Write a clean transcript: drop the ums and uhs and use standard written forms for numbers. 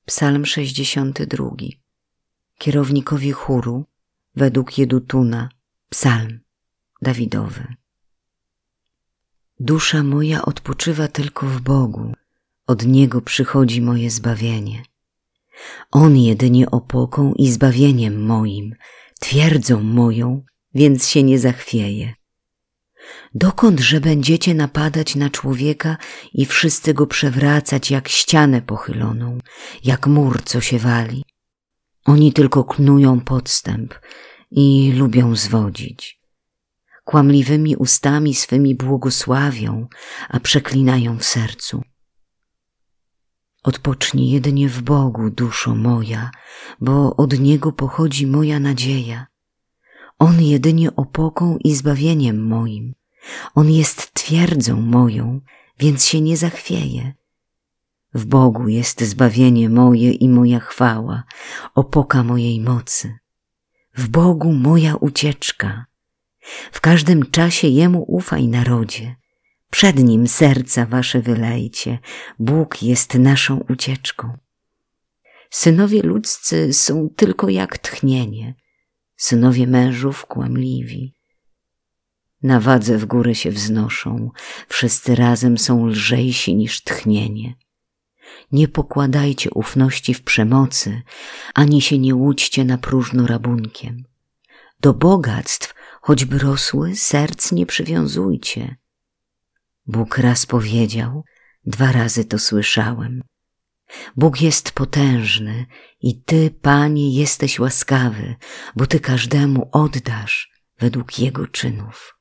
Psalm 62. Kierownikowi chóru według Jedutuna. Psalm Dawidowy. Dusza moja odpoczywa tylko w Bogu, od Niego przychodzi moje zbawienie. On jedynie opoką i zbawieniem moim, twierdzą moją, więc się nie zachwieje. Dokądże będziecie napadać na człowieka i wszyscy go przewracać jak ścianę pochyloną, jak mur, co się wali? Oni tylko knują podstęp i lubią zwodzić. Kłamliwymi ustami swymi błogosławią, a przeklinają w sercu. Odpocznij jedynie w Bogu, duszo moja, bo od Niego pochodzi moja nadzieja. On jedynie opoką i zbawieniem moim. On jest twierdzą moją, więc się nie zachwieje. W Bogu jest zbawienie moje i moja chwała, opoka mojej mocy. W Bogu moja ucieczka. W każdym czasie Jemu ufaj, narodzie. Przed Nim serca wasze wylejcie. Bóg jest naszą ucieczką. Synowie ludzcy są tylko jak tchnienie. Synowie mężów kłamliwi. Na wadze w górę się wznoszą, wszyscy razem są lżejsi niż tchnienie. Nie pokładajcie ufności w przemocy, ani się nie łudźcie na próżno rabunkiem. Do bogactw, choćby rosły, serc nie przywiązujcie. Bóg raz powiedział, 2 razy to słyszałem. Bóg jest potężny i Ty, Panie, jesteś łaskawy, bo Ty każdemu oddasz według jego czynów.